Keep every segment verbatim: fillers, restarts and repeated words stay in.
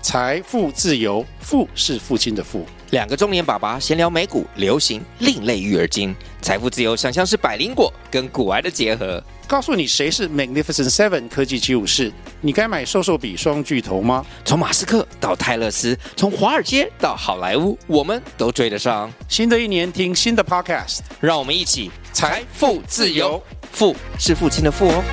财富自由，富是父亲的富。 两个中年爸爸闲聊美股、流行、另类育儿经。财富自由想象是百灵果跟股癌的结合。 告诉你谁是 Magnificent Seven 科技七武士，你该买瘦瘦比双巨头吗？ 从马斯克到泰勒斯，从华尔街到好莱坞，我们都追得上。 新的一年听新的 Podcast， 让我们一起财富自由， 富是父亲的富哦。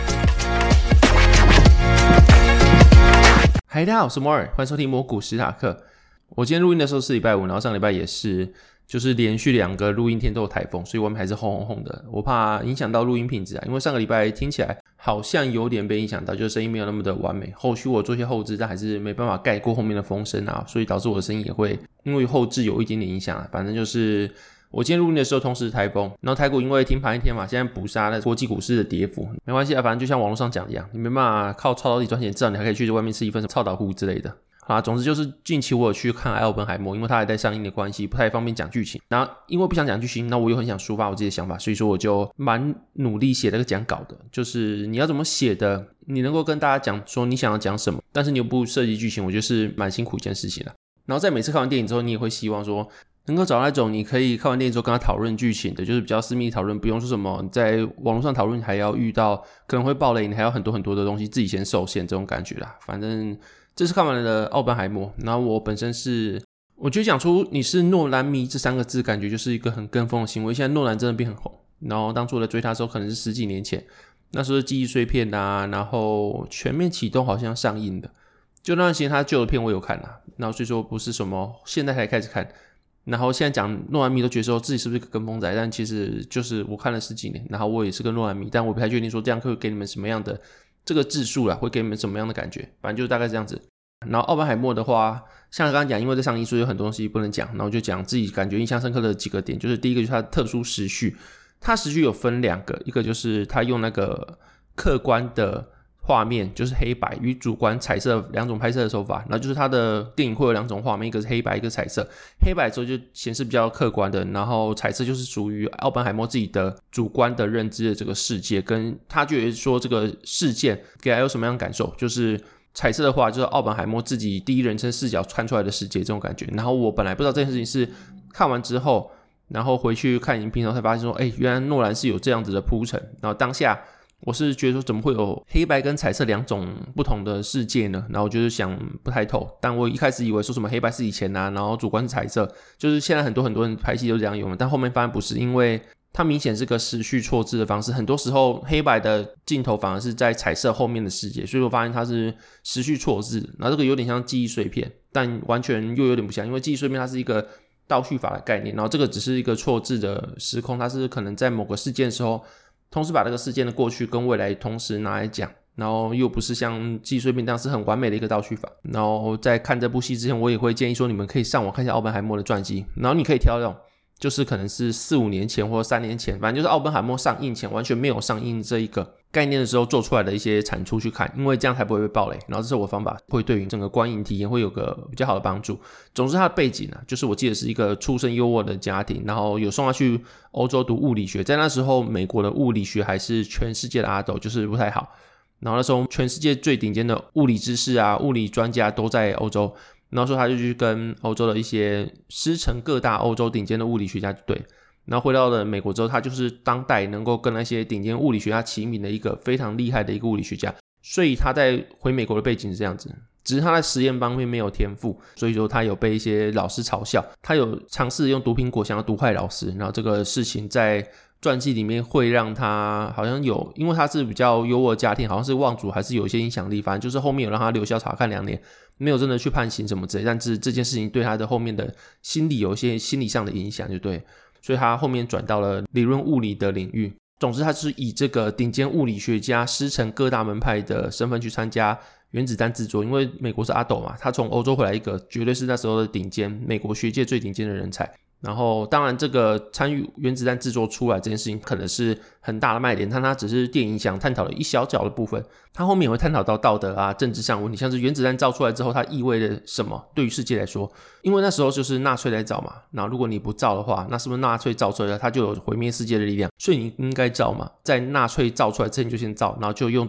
嗨，大家好，我是摩尔，欢迎收听摩股史塔克。我今天录音的时候是礼拜五，然后上礼拜也是，就是连续两个录音天都有台风，所以外面还是轰轰轰的。我怕影响到录音品质啊，因为上个礼拜听起来好像有点被影响到，就是声音没有那么的完美。后续我做一些后置，但还是没办法盖过后面的风声啊，所以导致我的声音也会因为后置有一点点影响啊。反正就是我今天录音的时候同时台风，然后台股因为停盘一天嘛，现在补杀了国际股市的跌幅，没关系啊，反正就像网络上讲的一样，你没办法靠抄到底赚钱，至少你还可以去外面吃一份臭岛糊之类的。好啦，总之就是近期我有去看奥本海默，因为它还在上映的关系，不太方便讲剧情。然后因为不想讲剧情，那我又很想抒发我自己的想法，所以说我就蛮努力写那个讲稿的，就是你要怎么写的，你能够跟大家讲说你想要讲什么，但是你又不涉及剧情，我觉得是蛮辛苦一件事情啦。然后在每次看完电影之后，你也会希望说能够找到那种你可以看完电影之后跟他讨论剧情的，就是比较私密讨论，不用说什么在网络上讨论还要遇到可能会爆雷，你还有很多很多的东西自己先受限这种感觉啦。反正这次看完了奥本海默，然后我本身是我觉得讲出你是诺兰迷这三个字，感觉就是一个很跟风的行为。现在诺兰真的变很红，然后当初我在追他的时候可能是十几年前，那时候记忆碎片啊，然后全面启动好像上映的，就那段时间他旧的片我有看啦，然后所以说不是什么现在才开始看，然后现在讲诺兰迷都觉得说自己是不是个跟风仔，但其实就是我看了十几年，然后我也是个诺兰迷，但我不太确定说这样会给你们什么样的这个字数啦，会给你们什么样的感觉，反正就大概这样子。然后奥本海默的话，像刚刚讲，因为在上映所以有很多东西不能讲，然后就讲自己感觉印象深刻的几个点，就是第一个就是它的特殊时序，它时序有分两个，一个就是它用那个客观的画面，就是黑白与主观彩色两种拍摄的手法，然后就是它的电影会有两种画面，一个是黑白，一个是彩色。黑白之后就显示比较客观的，然后彩色就是属于奥本海默自己的主观的认知的这个世界，跟他觉得说这个事件给他有什么样的感受，就是彩色的话就是奥本海默自己第一人称视角看出来的世界这种感觉。然后我本来不知道这件事情，是看完之后然后回去看影评然后才发现说，哎，原来诺兰是有这样子的铺陈。然后当下我是觉得说怎么会有黑白跟彩色两种不同的世界呢？然后我就是想不太透，但我一开始以为说什么黑白是以前啊，然后主观是彩色，就是现在很多很多人拍戏都这样用了，但后面发现不是，因为它明显是个时序错置的方式，很多时候黑白的镜头反而是在彩色后面的世界，所以我发现它是时序错置，然后这个有点像记忆碎片，但完全又有点不像，因为记忆碎片它是一个倒叙法的概念，然后这个只是一个错置的时空，它是可能在某个事件的时候同时把这个事件的过去跟未来同时拿来讲，然后又不是像记忆碎片这样是很完美的一个倒叙法。然后在看这部戏之前，我也会建议说你们可以上网看一下奥本海默的传记，然后你可以挑那种就是可能是四五年前或者三年前，反正就是奥本海默上映前完全没有上映这一个概念的时候做出来的一些产出去看，因为这样才不会被爆雷，然后这是我的方法，会对于整个观影体验会有个比较好的帮助。总之它的背景啊，就是我记得是一个出身优渥的家庭，然后有送他去欧洲读物理学，在那时候美国的物理学还是全世界的阿斗，就是不太好，然后那时候全世界最顶尖的物理知识啊，物理专家都在欧洲，然后说他就去跟欧洲的一些师承各大欧洲顶尖的物理学家对，然后回到了美国之后，他就是当代能够跟那些顶尖物理学家齐名的一个非常厉害的一个物理学家，所以他在回美国的背景是这样子，只是他在实验方面没有天赋，所以说他有被一些老师嘲笑，他有尝试用毒苹果想要毒害老师，然后这个事情在传记里面会让他好像有，因为他是比较优渥的家庭，好像是望族还是有一些影响力，反正就是后面有让他留校察看两年，没有真的去判刑什么之类，但是这件事情对他的后面的心理有一些心理上的影响，就对，所以他后面转到了理论物理的领域。总之他就是以这个顶尖物理学家师承各大门派的身份去参加原子弹制作，因为美国是阿斗嘛，他从欧洲回来一个绝对是那时候的顶尖美国学界最顶尖的人才，然后当然这个参与原子弹制作出来这件事情可能是很大的卖点，但它只是电影想探讨的一小角的部分，它后面也会探讨到道德啊政治上的问题，像是原子弹造出来之后它意味着什么对于世界来说，因为那时候就是纳粹在造嘛，那如果你不造的话，那是不是纳粹造出来的它就有毁灭世界的力量，所以你应该造嘛，在纳粹造出来之前就先造，然后就用这种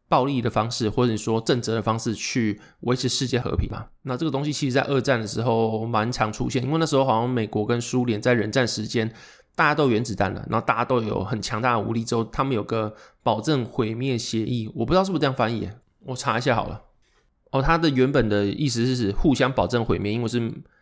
暴力的方式或者说正则的方式去维持世界和平嘛。那这个东西其实在二战的时候蛮常出现，因为那时候好像美国跟苏联在冷战时间大家都有原子弹了，然后大家都有很强大的武力之后，他们有个保证毁灭协议，我不知道是不是这样翻译，我查一下好了。哦，它的原本的意思是指互相保证毁灭，英文是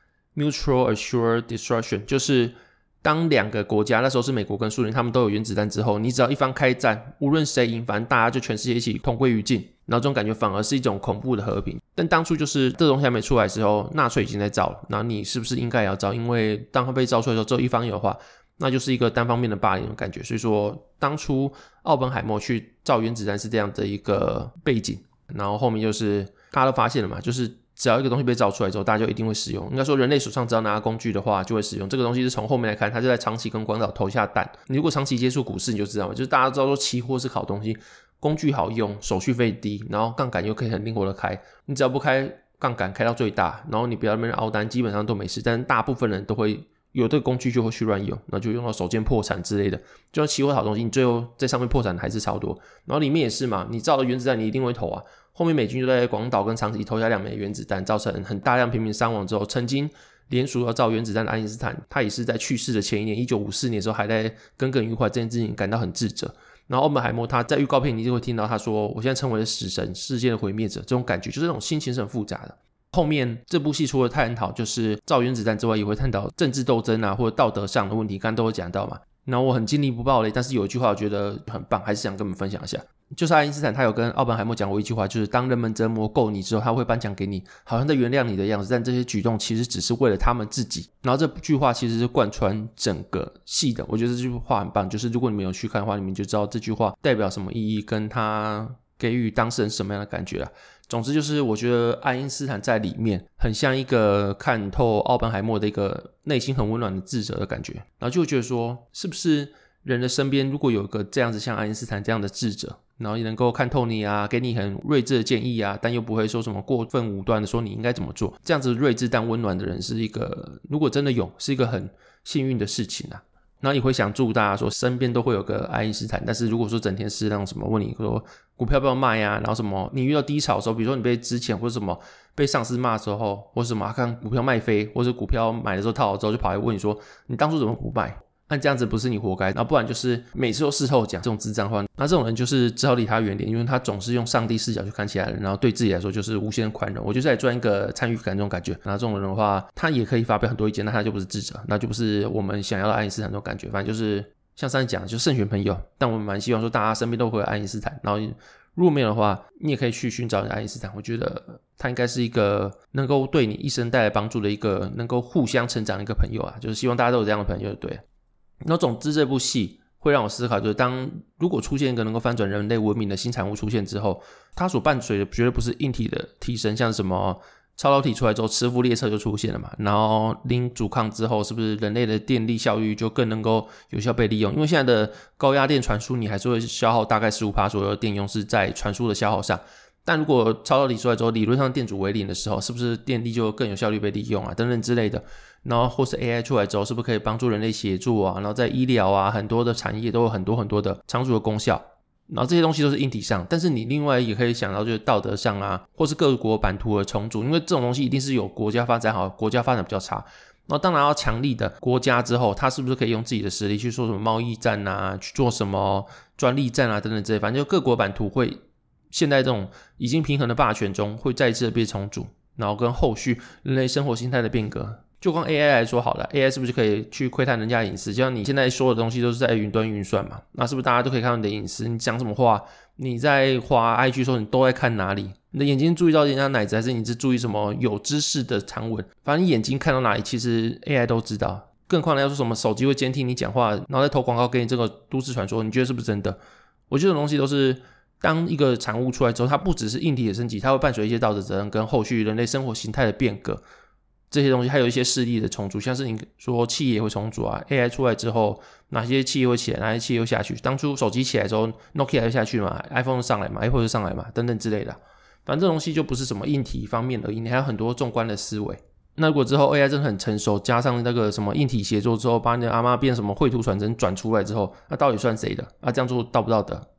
mutual assured destruction， 就是当两个国家，那时候是美国跟苏联，他们都有原子弹之后，你只要一方开战，无论谁赢，反正大家就全世界一起同归于尽，然后这种感觉反而是一种恐怖的和平。但当初就是这东西还没出来的时候，纳粹已经在造了，然后你是不是应该也要造？因为当它被造出来的时候，只有一方有的话，那就是一个单方面的霸凌的感觉。所以说当初奥本海默去造原子弹是这样的一个背景，然后后面就是大家都发现了嘛，就是只要一个东西被造出来之后，大家就一定会使用。应该说人类手上只要拿工具的话就会使用。这个东西是从后面来看，它就在长期跟广岛投下蛋。你如果长期接触股市你就知道嘛，就是大家知道说期货是好东西，工具好用，手续费低，然后杠杆又可以很灵活的开，你只要不开杠杆开到最大，然后你不要在那边凹单，基本上都没事。但是大部分人都会有这个工具就会去乱用，然后就用到手贱破产之类的。就像期货好东西，你最后在上面破产的还是超多。然后里面也是嘛，你造的原子弹你一定会投啊。后面美军就在广岛跟长崎投下两枚原子弹，造成很大量平民伤亡之后，曾经联署要造原子弹的爱因斯坦，他也是在去世的前一年一九五四年的时候还在耿耿于怀这件事情感到很自责。然后奥本海默他在预告片你就会听到他说，我现在成为了死神，世界的毁灭者，这种感觉就是这种心情是很复杂的。后面这部戏除了探讨就是造原子弹之外，也会探讨政治斗争啊，或者道德上的问题，刚刚都有讲到嘛。然后我很尽力不爆雷，但是有一句话我觉得很棒，还是想跟你们分享一下。就是爱因斯坦他有跟奥本海默讲过一句话，就是当人们折磨够你之后，他会颁奖给你，好像在原谅你的样子，但这些举动其实只是为了他们自己。然后这句话其实是贯穿整个戏的，我觉得这句话很棒，就是如果你们有去看的话，你们就知道这句话代表什么意义，跟他给予当事人什么样的感觉啦。总之就是我觉得爱因斯坦在里面很像一个看透奥本海默的一个内心很温暖的智者的感觉，然后就会觉得说是不是人的身边如果有一个这样子像爱因斯坦这样的智者，然后也能够看透你啊，给你很睿智的建议啊，但又不会说什么过分武断的说你应该怎么做，这样子睿智但温暖的人是一个，如果真的有，是一个很幸运的事情啊。然后你会想祝大家说身边都会有个爱因斯坦，但是如果说整天是那种什么问你说股票要不要卖啊，然后什么你遇到低潮的时候，比如说你被之前或者什么被上司骂的时候，或者什么看股票卖飞，或者股票买的时候套好之后就跑来问你说你当初怎么不卖，那这样子不是你活该，那不然就是每次都事后讲这种智障话，那这种人就是只好离他远点，因为他总是用上帝视角去看其他人，然后对自己来说就是无限宽容，我就是来赚一个参与感这种感觉。那这种人的话他也可以发表很多意见，那他就不是智者，那就不是我们想要的爱因斯坦这种感觉。反正就是像上次讲的就是慎选朋友，但我们蛮希望说大家身边都会有爱因斯坦，然后如果没有的话你也可以去寻找你的爱因斯坦，我觉得他应该是一个能够对你一生带来帮助的一个能够互相成长的一个朋友啊，就是希望大家都有这样的朋友就对了。然后总之这部戏会让我思考，就是当如果出现一个能够翻转人类文明的新产物出现之后，它所伴随的绝对不是硬体的提升，像什么超导体出来之后磁浮列车就出现了嘛，然后零阻抗之后是不是人类的电力效率就更能够有效被利用，因为现在的高压电传输你还是会消耗大概 百分之十五 左右的电用是在传输的消耗上，但如果超导体出来之后理论上电阻为零的时候，是不是电力就更有效率被利用啊等等之类的，然后或是 A I 出来之后是不是可以帮助人类协作啊，然后在医疗啊很多的产业都有很多很多的长足的功效，然后这些东西都是硬体上，但是你另外也可以想到就是道德上啊，或是各国版图的重组，因为这种东西一定是有国家发展好，国家发展比较差，然后当然要强力的国家之后，他是不是可以用自己的实力去做什么贸易战啊，去做什么专利战啊等等之类，反正就各国版图会现在这种已经平衡的霸权中会再一次的被重组，然后跟后续人类生活形态的变革。就光 A I 来说好了， A I 是不是可以去窥探人家的隐私，就像你现在说的东西都是在云端运算嘛，那是不是大家都可以看到你的隐私，你讲什么话，你在滑 I G 说你都在看哪里，你的眼睛注意到人家奶子，还是你是注意什么有知识的长文，反正你眼睛看到哪里其实 A I 都知道。更况要说什么手机会监听你讲话，然后再投广告给你，这个都市传说你觉得是不是真的？我觉得这种东西都是当一个产物出来之后，它不只是硬体的升级，它会伴随一些道德责任跟后续人类生活形态的变革，这些东西还有一些势力的重组，像是你说企业会重组啊， A I 出来之后哪些企业会起来，哪些企业会下去，当初手机起来之后 Nokia 就下去嘛， iPhone 上来嘛， Apple 就上来嘛等等之类的，反正这东西就不是什么硬体方面而已，你还有很多纵观的思维。那如果之后 A I 真的很成熟，加上那个什么硬体协作之后，把你的阿嬷变什么绘图传真转出来之后，那到底算谁的啊？这样做道不道德？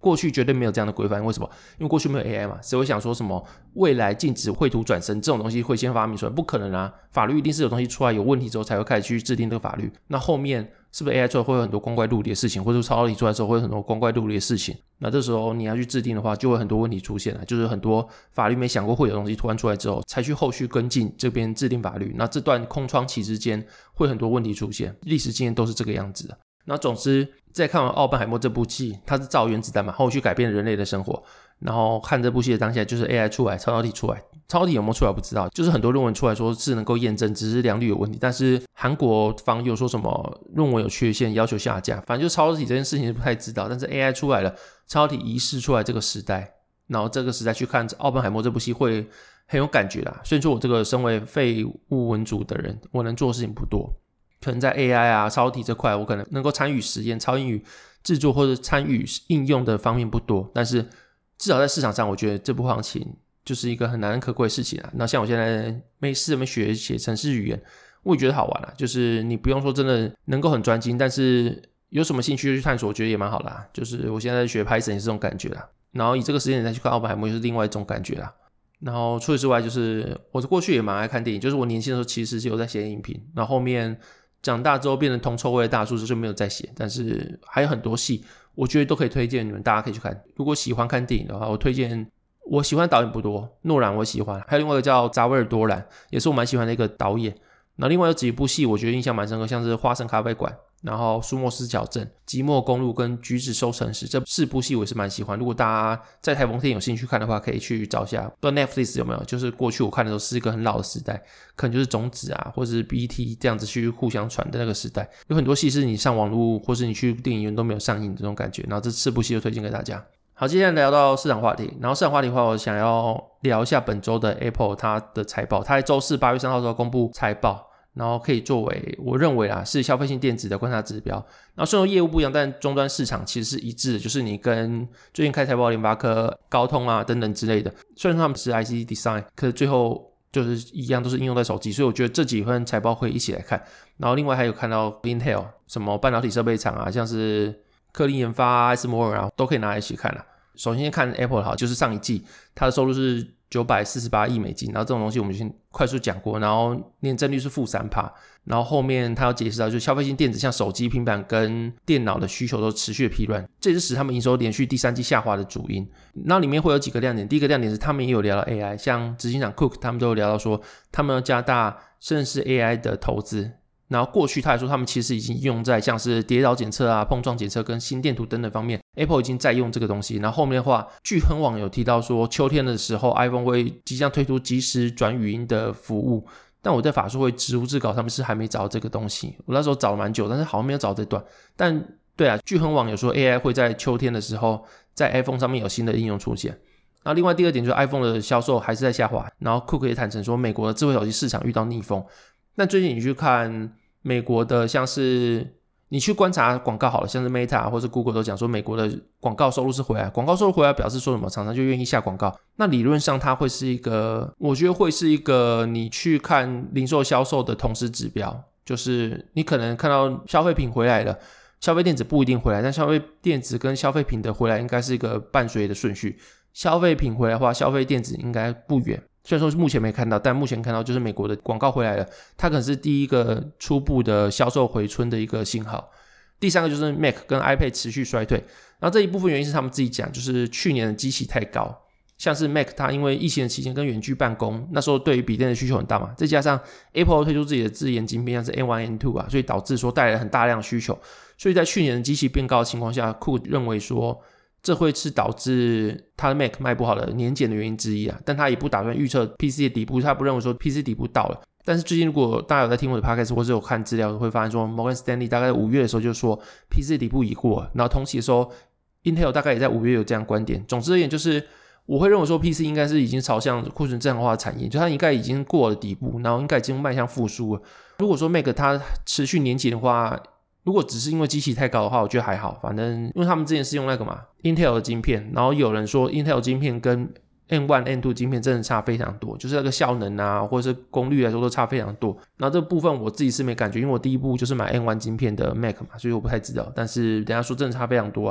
过去绝对没有这样的规范，为什么？因为过去没有 A I 嘛，谁会想说什么未来禁止绘图转身这种东西会先发明出来？不可能啊！法律一定是有东西出来有问题之后才会开始去制定这个法律。那后面是不是 A I 出来会有很多光怪陆离的事情，或者超导体出来之后会有很多光怪陆离的事情？那这时候你要去制定的话，就会很多问题出现了，就是很多法律没想过会有东西突然出来之后，才去后续跟进这边制定法律。那这段空窗期之间会很多问题出现，历史经验都是这个样子的。那总之在看完奥本海默这部戏，它是造原子弹嘛，后续改变人类的生活，然后看这部戏的当下就是 A I 出来，超导体出来，超导体有没有出来不知道，就是很多论文出来说是能够验证，只是良率有问题，但是韩国方又说什么论文有缺陷要求下架，反正就超导体这件事情是不太知道，但是 A I 出来了，超导体仪式出来这个时代，然后这个时代去看奥本海默这部戏会很有感觉啦。虽然说我这个身为废物文组的人，我能做的事情不多，可能在 A I 啊超导体这块我可能能够参与实验参与制作或者参与应用的方面不多，但是至少在市场上我觉得这部行情就是一个很难可贵的事情啊。那像我现在没事没学写程式语言，我也觉得好玩啊，就是你不用说真的能够很专精，但是有什么兴趣去探索我觉得也蛮好啦。就是我现在学 Python 也是这种感觉啦，然后以这个时间点再去看奥本海默也是另外一种感觉啦。然后除此之外就是我过去也蛮爱看电影，就是我年轻的时候其实是有在写影评，然后后面长大之后变成铜臭味的大叔就没有再写，但是还有很多戏我觉得都可以推荐你们，大家可以去看。如果喜欢看电影的话，我推荐，我喜欢导演不多，诺兰我喜欢，还有另外一个叫扎维尔多兰，也是我蛮喜欢的一个导演。然后另外有几部戏我觉得印象蛮深刻，像是花神咖啡馆，然后苏莫斯矫正、寂寞公路跟橘子收成时，这四部戏我也是蛮喜欢。如果大家在台风天有兴趣看的话，可以去找一下。不知道 Netflix 有没有，就是过去我看的时候是一个很老的时代，可能就是种子啊或者是 B T 这样子去互相传的那个时代，有很多戏是你上网路或是你去电影院都没有上映的这种感觉，然后这四部戏就推荐给大家。好，接下来聊到市场话题，然后市场话题的话我想要聊一下本周的 Apple 它的财报，它在周四八月三号的时候公布财报，然后可以作为我认为啦是消费性电子的观察指标。然后虽然业务不一样，但终端市场其实是一致的，就是你跟最近开财报联发科、高通啊等等之类的，虽然他们是 I C Design， 可是最后就是一样都是应用在手机，所以我觉得这几份财报可以一起来看。然后另外还有看到 Intel 什么半导体设备厂啊，像是科林研发啊、艾斯摩尔啊，都可以拿来一起看啦。首先看 Apple 好，就是上一季它的收入是九百四十八亿美金，然后这种东西我们先快速讲过，然后年增率是负 百分之三， 然后后面它要解释到就是消费性电子像手机、平板跟电脑的需求都持续的疲软，这也是使他们营收连续第三季下滑的主因。那里面会有几个亮点，第一个亮点是他们也有聊到 A I， 像执行长 Cook 他们都有聊到说他们要加大甚至是 A I 的投资，然后过去他来说他们其实已经用在像是跌倒检测啊、碰撞检测跟心电图等等方面， Apple 已经在用这个东西。然后后面的话据亨网有提到说秋天的时候 iPhone 会即将推出即时转语音的服务，但我在法说会植入自稿他们是还没找到这个东西，我那时候找了蛮久，但是好像没有找这段。但对啊，据亨网有说 A I 会在秋天的时候在 iPhone 上面有新的应用出现。然后另外第二点就是 iPhone 的销售还是在下滑，然后 Cook 也坦诚说美国的智慧手机市场遇到逆风。但最近你去看美国的像是你去观察广告好了，像是 Meta 或是 Google 都讲说美国的广告收入是回来，广告收入回来表示说什么厂商就愿意下广告，那理论上它会是一个，我觉得会是一个你去看零售销售的同时指标，就是你可能看到消费品回来了，消费电子不一定回来，但消费电子跟消费品的回来应该是一个伴随的顺序，消费品回来的话消费电子应该不远，虽然说目前没看到，但目前看到就是美国的广告回来了，它可能是第一个初步的销售回春的一个信号。第三个就是 Mac 跟 iPad 持续衰退，然后这一部分原因是他们自己讲，就是去年的基期太高，像是 Mac 它因为疫情的期间跟远距办公，那时候对于笔电的需求很大嘛，再加上 Apple 推出自己的自研晶片像是 M 一 M 二 啊，所以导致说带来了很大量的需求，所以在去年的基期变高的情况下，库认为说这会是导致他的 Mac 卖不好的年减的原因之一啊，但他也不打算预测 P C 的底部，他不认为说 P C 底部到了。但是最近如果大家有在听我的 podcast 或者有看资料，会发现说 Morgan Stanley 大概在五月的时候就说 P C 底部已过，然后同期的时候 Intel 大概也在五月有这样观点。总之而言就是我会认为说 P C 应该是已经朝向库存正常化的产业，就它应该已经过了底部，然后应该已经迈向复苏了。如果说 Mac 它持续年减的话，如果只是因为机器太高的话我觉得还好，反正因为他们之前是用那个嘛 Intel 的晶片，然后有人说 Intel 晶片跟 M 一 M 二 晶片真的差非常多，就是那个效能啊或者是功率来说都差非常多，然后这部分我自己是没感觉，因为我第一部就是买 M 一 晶片的 Mac 嘛，所以我不太知道，但是等一下说真的差非常多啊。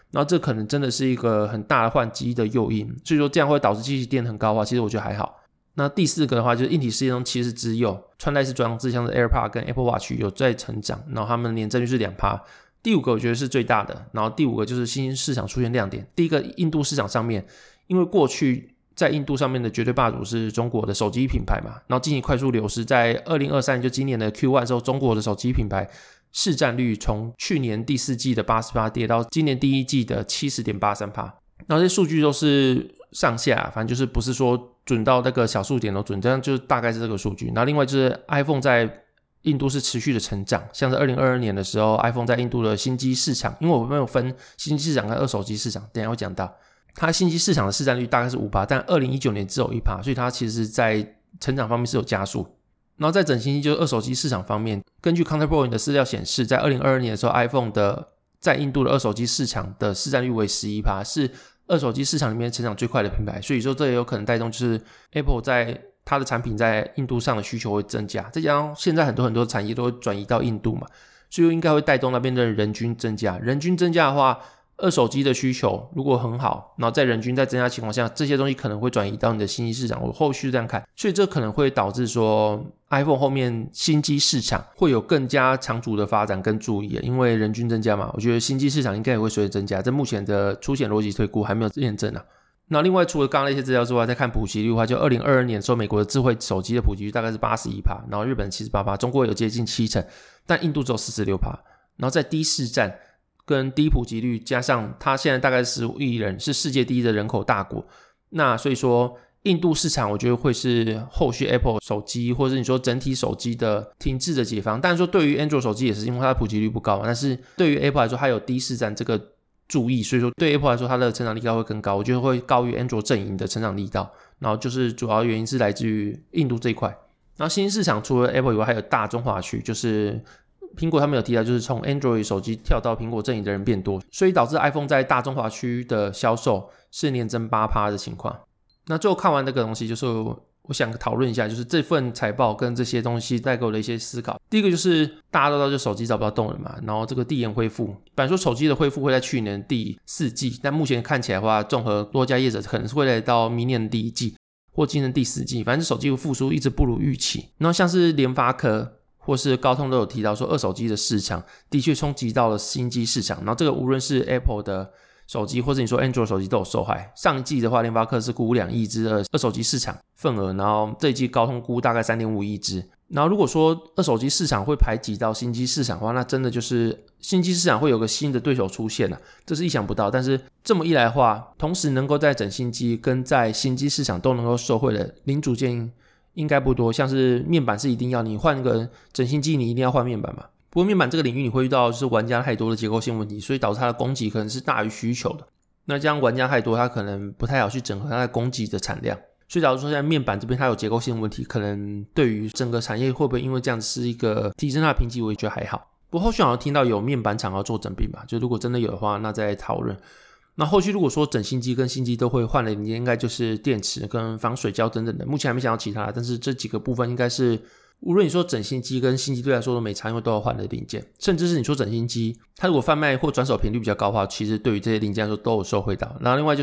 然后这可能真的是一个很大的换机的诱因，所以说这样会导致机器电很高的话，其实我觉得还好。那第四个的话就是硬体世界中其实只有穿戴式装置像是 AirPods 跟 Apple Watch 有在成长，然后他们的年增率是 百分之二。 第五个我觉得是最大的，然后第五个就是新兴市场出现亮点。第一个印度市场上面，因为过去在印度上面的绝对霸主是中国的手机品牌嘛，然后进行快速流失，在二零二三年就今年的 Q 一 的时候，中国的手机品牌市占率从去年第四季的 百分之八十 跌到今年第一季的 百分之七十点八三。 然后这些数据都是上下，反正就是不是说准到那个小数点都准，这样就大概是这个数据。然后另外就是 iPhone 在印度是持续的成长，像是二零二二年的时候 iPhone 在印度的新机市场，因为我没有分新机市场跟二手机市场，等一下会讲到它新机市场的市占率大概是 百分之五， 但二零一九年只有 百分之一， 所以它其实在成长方面是有加速。然后在整新机就是二手机市场方面，根据 Counterpoint 的资料显示，在二零二二年的时候 iPhone 的在印度的二手机市场的市占率为 百分之十一， 是二手机市场里面成长最快的品牌，所以说这也有可能带动就是 Apple 在它的产品在印度上的需求会增加，再加上现在很多很多产业都会转移到印度嘛，所以应该会带动那边的人均增加。人均增加的话，二手机的需求如果很好，然后在人均在增加的情况下，这些东西可能会转移到你的新机市场，我后续这样看，所以这可能会导致说 iPhone 后面新机市场会有更加长足的发展跟注意，因为人均增加嘛，我觉得新机市场应该也会随着增加，这目前的粗显逻辑推估还没有验证啊。那另外除了刚刚那些资料之外，再看普及率的话，就二零二二年的时候，美国的智慧手机的普及率大概是 百分之八十一， 然后日本 百分之七十八， 中国有接近七成，但印度只有 百分之四十六， 然后在低市占跟低普及率，加上它现在大概十五亿人，是世界第一的人口大国，那所以说印度市场我觉得会是后续 Apple 手机或者你说整体手机的停滞的解放。当然说对于 Android 手机也是因为它的普及率不高，但是对于 Apple 来说它有低市占这个注意，所以说对 Apple 来说它的成长力道会更高，我觉得会高于 Android 阵营的成长力道，然后就是主要原因是来自于印度这一块。然后新兴市场除了 Apple 以外还有大中华区，就是苹果他们有提到就是从 Android 手机跳到苹果阵营的人变多，所以导致 iPhone 在大中华区的销售是年增 百分之八 的情况。那最后看完这个东西，就是我想讨论一下就是这份财报跟这些东西带给我的一些思考。第一个就是大家都知道就手机找不到动了嘛，然后这个递延恢复，本来说手机的恢复会在去年第四季，但目前看起来的话综合多家业者可能是会来到明年的第一季或今年第四季，反正手机的复苏一直不如预期。然后像是联发科或是高通都有提到说二手机的市场的确冲击到了新机市场，然后这个无论是 Apple 的手机或者你说 Android 手机都有受害。上一季的话联发科是估两亿只的二手机市场份额，然后这一季高通估大概 三点五亿只。然后如果说二手机市场会排挤到新机市场的话，那真的就是新机市场会有个新的对手出现了，这是意想不到。但是这么一来的话，同时能够在整新机跟在新机市场都能够受惠的零组件应该不多，像是面板是一定要，你换个整新机你一定要换面板嘛。不过面板这个领域你会遇到就是玩家太多的结构性问题，所以导致它的供给可能是大于需求的。那这样玩家太多，它可能不太好去整合它的供给的产量，所以假如说现在面板这边它有结构性问题，可能对于整个产业会不会因为这样子是一个提升它的评级，我也觉得还好。不过后续好像听到有面板厂要做整并吧，就如果真的有的话那再讨论。那后续如果说整新机跟新机都会换的零件，应该就是电池跟防水胶等等的，目前还没想到其他的，但是这几个部分应该是无论你说整新机跟新机对来说都没差，因为都要换的零件，甚至是你说整新机它如果贩卖或转手频率比较高的话，其实对于这些零件来说都有受惠到。然后另外就是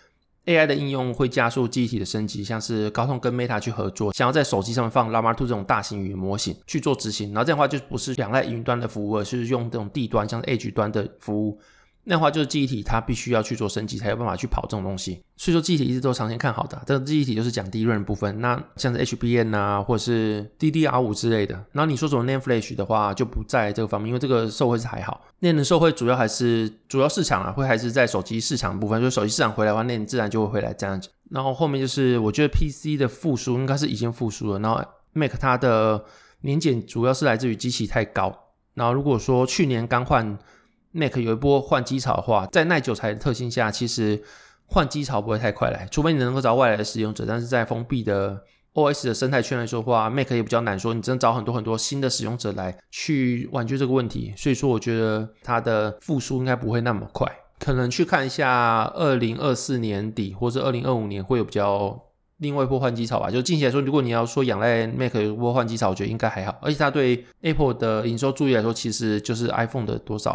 A I 的应用会加速记忆体的升级，像是高通跟 Meta 去合作，想要在手机上面放 Llama 二这种大型语言模型去做执行，然后这样的话就不是仰赖云端的服务，而是用这种地端像是 Edge 端的服务，那的话就是记忆体它必须要去做升级才有办法去跑这种东西，所以说记忆体一直都长线看好的。这个记忆体就是讲低润的部分，那像是 H B M 啊或者是 D D R 五 之类的。然后你说什么 NAND Flash 的话就不在这个方面，因为这个受惠是还好， NAND 的受惠主要还是主要市场啊会还是在手机市场的部分，就是手机市场回来的话 NAND 自然就会回来这样子。然后后面就是我觉得 P C 的复苏应该是已经复苏了，然后 Mac 它的年减主要是来自于机器太高，然后如果说去年刚换Mac 有一波换机潮的话，在耐久材的特性下，其实换机潮不会太快来，除非你能够找外来的使用者，但是在封闭的 O S 的生态圈来说的话 Mac 也比较难说你真的找很多很多新的使用者来去挽救这个问题，所以说我觉得它的复苏应该不会那么快，可能去看一下二零二四年底或者二零二五年会有比较另外一波换机潮吧。就近期来说，如果你要说仰赖 Mac 有一波换机潮，我觉得应该还好，而且它对 Apple 的营收注意来说其实就是 iPhone 的多少啊，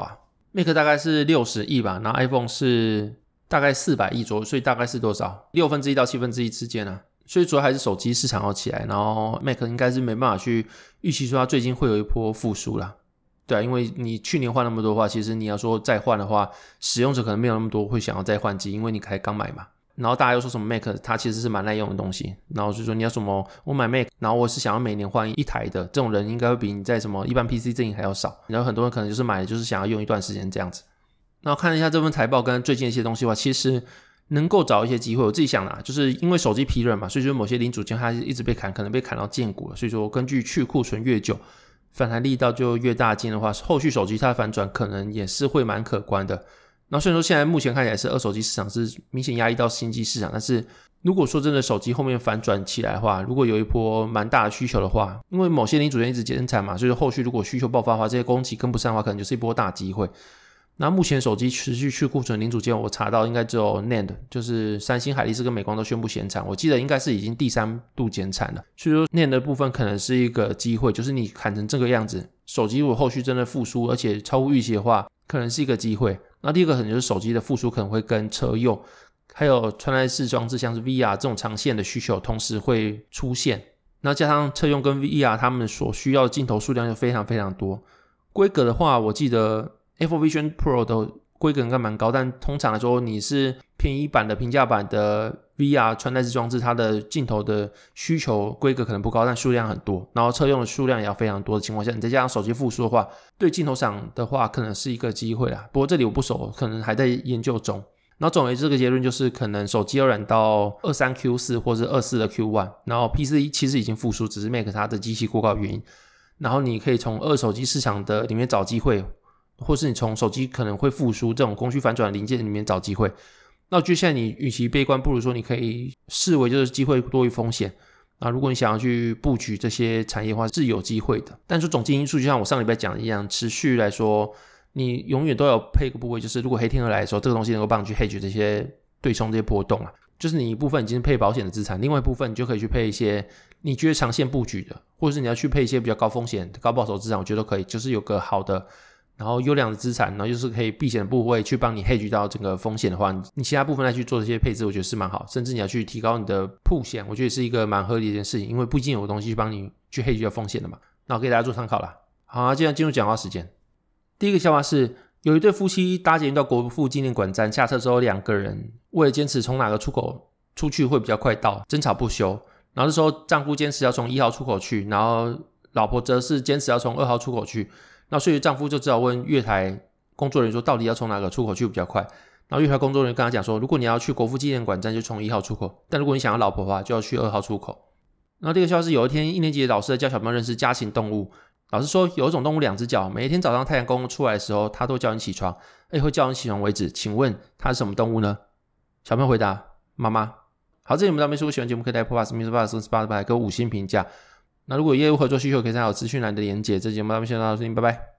Mac 大概是六十亿吧，然后 iPhone 是大概四百亿左右，所以大概是多少？六分之一到七分之一之间啊。所以主要还是手机市场要起来，然后 Mac 应该是没办法去预期说它最近会有一波复苏啦。对啊，因为你去年换那么多的话，其实你要说再换的话，使用者可能没有那么多会想要再换机，因为你才刚买嘛。然后大家又说什么 Mac 它其实是蛮耐用的东西，然后就说你要什么我买 Mac， 然后我是想要每年换一台的，这种人应该会比你在什么一般 P C 阵营还要少。然后很多人可能就是买的就是想要用一段时间这样子。然后看一下这份财报跟最近一些东西的话，其实能够找一些机会，我自己想啦，就是因为手机疲软嘛，所以说某些零组件它一直被砍，可能被砍到见骨了，所以说根据去库存越久，反弹力道就越大劲的话，后续手机它的反转可能也是会蛮可观的。然后虽然说现在目前看起来是二手机市场是明显压抑到新机市场，但是如果说真的手机后面反转起来的话，如果有一波蛮大的需求的话，因为某些零组件一直减产嘛，所以说后续如果需求爆发的话，这些供给跟不上的话，可能就是一波大机会。那目前手机持续去库存零组件，我查到应该只有 N A N D， 就是三星、海力士跟美光都宣布减产，我记得应该是已经第三度减产了。所以说 N A N D 的部分可能是一个机会，就是你砍成这个样子，手机如果后续真的复苏，而且超乎预期的话，可能是一个机会。那第二个可能就是手机的复苏可能会跟车用，还有穿戴式装置，像是 V R 这种长线的需求同时会出现。那加上车用跟 V R 他们所需要的镜头数量就非常非常多。规格的话，我记得Apple Vision Pro 的规格应该蛮高，但通常来说你是便宜版的平价版的 V R 穿戴式装置，它的镜头的需求规格可能不高，但数量很多，然后车用的数量也要非常多的情况下，你再加上手机复苏的话，对镜头厂的话可能是一个机会啦。不过这里我不熟，可能还在研究中。然后总而言之，这个结论就是可能手机要染到二三 Q 四 或者二四的 Q 一， 然后 P C 其实已经复苏，只是 Mac 它的机器过高的原因。然后你可以从二手机市场的里面找机会，或是你从手机可能会复苏这种供需反转的零件里面找机会。那我觉得现在你与其悲观，不如说你可以视为就是机会多于风险。那如果你想要去布局这些产业的话，是有机会的。但是总经因素就像我上礼拜讲的一样，持续来说你永远都有配一个部位，就是如果黑天鹅来的时候，这个东西能够帮你去 hedge 这些对冲这些波动啊。就是你一部分已经是配保险的资产，另外一部分你就可以去配一些你觉得长线布局的，或者是你要去配一些比较高风险高报酬资产，我觉得都可以，就是有个好的然后优良的资产，然后就是可以避险的部位去帮你 hedge 到整个风险的话，你其他部分再去做这些配置，我觉得是蛮好。甚至你要去提高你的曝险，我觉得是一个蛮合理的一件事情，因为毕竟有个东西去帮你去 hedge 到风险的嘛。那我给大家做参考啦。好啊，接下来进入讲话时间。第一个笑话是，有一对夫妻搭捷运到国父纪念馆站，下车之后两个人为了坚持从哪个出口出去会比较快到，争吵不休。然后这时候丈夫坚持要从一号出口去，然后老婆则是坚持要从二号出口去。那所以丈夫就只好问月台工作人员说，到底要从哪个出口去比较快？然后月台工作人员跟他讲说，如果你要去国父纪念馆站就从一号出口，但如果你想要老婆的话就要去二号出口。然后第二个笑话是，有一天一年级的老师在教小朋友认识家禽动物，老师说有一种动物两只脚，每一天早上太阳公公出来的时候它都叫你起床，而且会叫你起床为止，请问它是什么动物呢？小朋友回答妈妈。好，这里我们到没说喜欢节目可以在 Podcast、Mixbox 跟 Spotify 给我五星评价。那如果有业务合作需求可以参考资讯栏的连结。这节目到这边先到这里，拜拜。